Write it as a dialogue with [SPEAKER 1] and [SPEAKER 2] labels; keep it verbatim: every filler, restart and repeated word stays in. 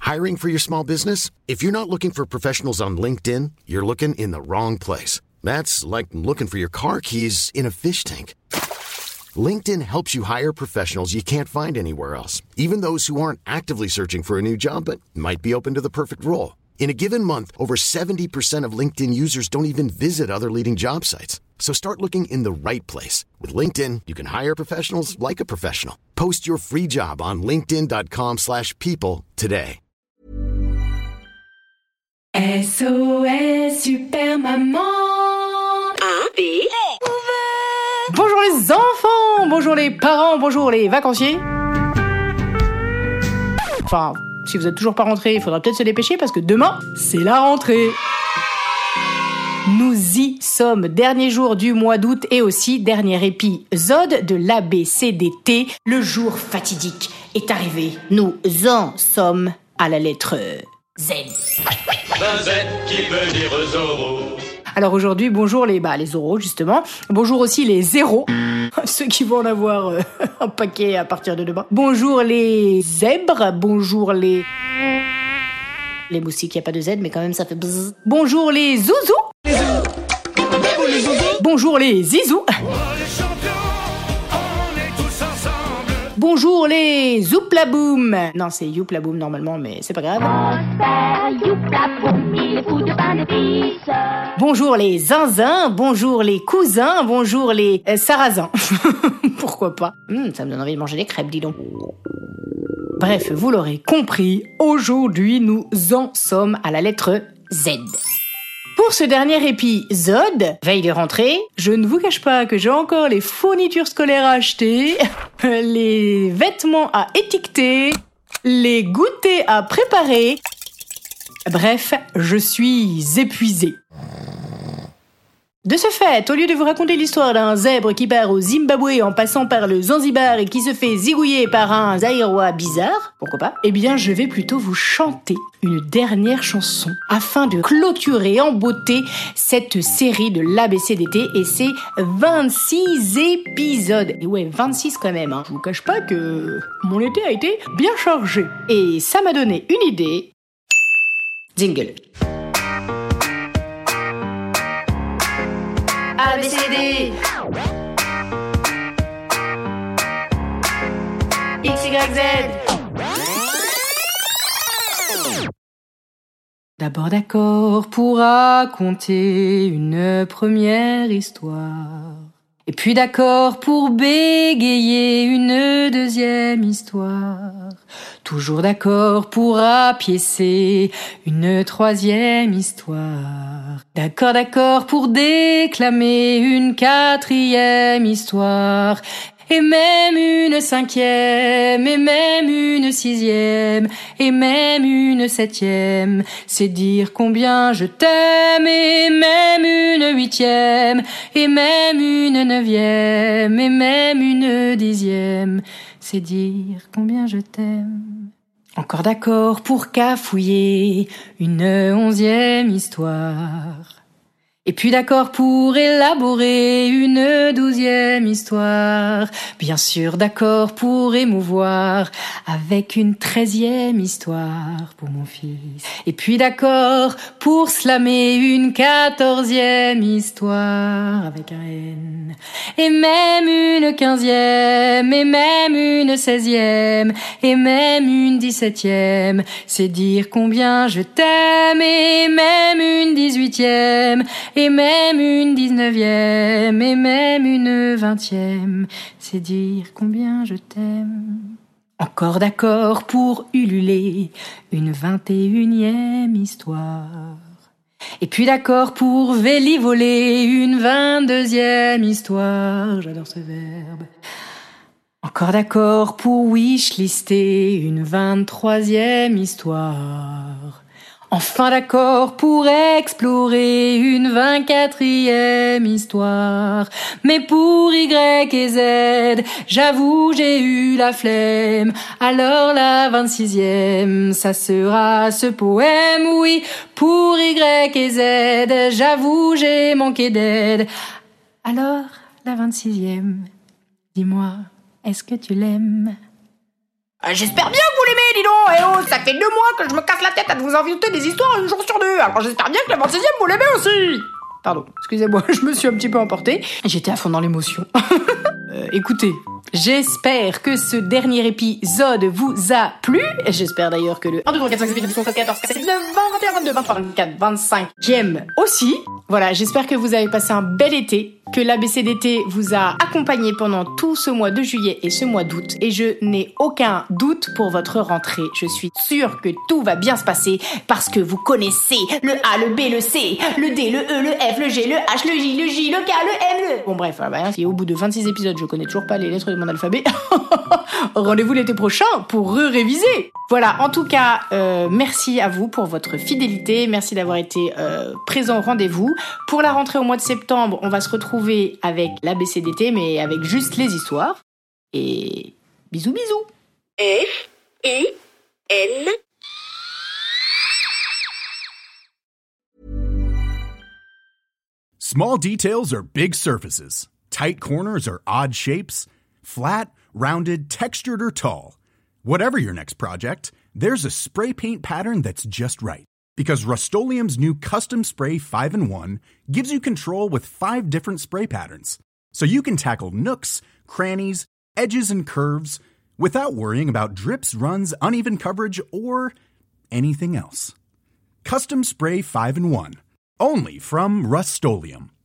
[SPEAKER 1] Hiring for your small business? If you're not looking for professionals on LinkedIn, you're looking in the wrong place. That's like looking for your car keys in a fish tank. LinkedIn helps you hire professionals you can't find anywhere else, even those who aren't actively searching for a new job but might be open to the perfect role. In a given month, over seventy percent of LinkedIn users don't even visit other leading job sites. So start looking in the right place. With LinkedIn, you can hire professionals like a professional. Post your free job on linkedin.com slash people today.
[SPEAKER 2] S O S Super Maman.
[SPEAKER 3] Un B.
[SPEAKER 2] Bonjour les enfants, bonjour les parents, bonjour les vacanciers. Enfin, si vous êtes toujours pas rentrés, il faudra peut-être se dépêcher parce que demain, c'est la rentrée. Nous y sommes, dernier jour du mois d'août et aussi dernier épisode de l'A B C D T. Le jour fatidique est arrivé. Nous en sommes à la lettre Z.
[SPEAKER 4] Un Z qui veut dire Zorro.
[SPEAKER 2] Alors aujourd'hui, bonjour les bah les Zorros justement. Bonjour aussi les zéros, ceux qui vont en avoir euh, un paquet à partir de demain. Bonjour les zèbres, bonjour les les moustiques, il y a pas de Z mais quand même ça fait bzzz. Bonjour les zouzous. Les zouzous. Bonjour les zizous. Bonjour les zouplaboum. Non, c'est youplaboum normalement, mais c'est pas grave. Bonjour les zinzins, bonjour les cousins, bonjour les euh, sarrasins. Pourquoi pas mmh, ça me donne envie de manger des crêpes, dis donc. Bref, vous l'aurez compris, aujourd'hui nous en sommes à la lettre Z. Pour ce dernier épisode, veille de rentrée, je ne vous cache pas que j'ai encore les fournitures scolaires à acheter, les vêtements à étiqueter, les goûters à préparer. Bref, je suis épuisée. De ce fait, au lieu de vous raconter l'histoire d'un zèbre qui part au Zimbabwe en passant par le Zanzibar et qui se fait zigouiller par un Zaïrois bizarre, pourquoi pas, eh bien je vais plutôt vous chanter une dernière chanson afin de clôturer en beauté cette série de l'A B C D T et ses vingt-six épisodes. Et ouais, vingt-six quand même, hein. Je vous cache pas que mon été a été bien chargé. Et ça m'a donné une idée. Jingle. A B C D X Y Z. D'abord d'accord pour raconter une première histoire. Et puis d'accord pour bégayer une deuxième histoire. Toujours d'accord pour rapiécer une troisième histoire. D'accord, d'accord pour déclamer une quatrième histoire. Et même une cinquième, et même une sixième, et même une septième. C'est dire combien je t'aime, et même une huitième, et même une neuvième, et même une dixième. C'est dire combien je t'aime. Encore d'accord pour cafouiller une onzième histoire. Et puis d'accord pour élaborer une douzième histoire. Bien sûr d'accord pour émouvoir avec une treizième histoire pour mon fils. Et puis d'accord pour slammer une quatorzième histoire avec un N. Et même une quinzième, et même une seizième, et même une dix-septième. C'est dire combien je t'aime, et même une dix-huitième. Et même une dix-neuvième, et même une vingtième, c'est dire combien je t'aime. Encore d'accord pour ululer une vingt-et-unième histoire. Et puis d'accord pour vélivoler une vingt-deuxième histoire. J'adore ce verbe. Encore d'accord pour wishlister une vingt-troisième histoire. Enfin d'accord pour explorer une vingt-quatrième histoire. Mais pour Y et Z, j'avoue j'ai eu la flemme. Alors la vingt-sixième, ça sera ce poème, oui. Pour Y et Z, j'avoue j'ai manqué d'aide. Alors la vingt-sixième, dis-moi, est-ce que tu l'aimes?
[SPEAKER 5] J'espère bien que vous l'aimez, dis donc, eh oh, ça fait deux mois que je me casse la tête à vous inventer des histoires un jour sur deux. Alors j'espère bien que la vingt-sixième, vous l'aimez aussi. Pardon, excusez-moi, je me suis un petit peu emportée. J'étais à fond dans l'émotion. euh, écoutez, j'espère que ce dernier épisode vous a plu. J'espère d'ailleurs que le un, deux, trois, quatre, cinq, six, sept, huit, neuf, dix, quatorze, quinze, vingt, vingt et un, vingt-deux, vingt-trois, vingt-quatre, vingt-cinq. J'aime aussi. Voilà, j'espère que vous avez passé un bel été, que l'A B C D T vous a accompagné pendant tout ce mois de juillet et ce mois d'août. Et je n'ai aucun doute pour votre rentrée. Je suis sûre que tout va bien se passer parce que vous connaissez le A, le B, le C, le D, le E, le F, le G, le H, le J, le J, le K, le M, le... Bon bref, voilà, si au bout de vingt-six épisodes, je connais toujours pas les lettres de mon alphabet, rendez-vous l'été prochain pour réviser. Voilà, en tout cas, euh, merci à vous pour votre fidélité, merci d'avoir été euh, présent au rendez-vous. Pour la rentrée au mois de septembre, on va se retrouver avec l'A B C D T, mais avec juste les histoires. Et bisous bisous.
[SPEAKER 3] F, I, N.
[SPEAKER 6] Small details are big surfaces. Tight corners are odd shapes. Flat, rounded, textured, or tall. Whatever your next project, there's a spray paint pattern that's just right. Because Rust-Oleum's new Custom Spray five in one gives you control with five different spray patterns. So you can tackle nooks, crannies, edges, and curves without worrying about drips, runs, uneven coverage, or anything else. Custom Spray five in one. Only from Rust-Oleum.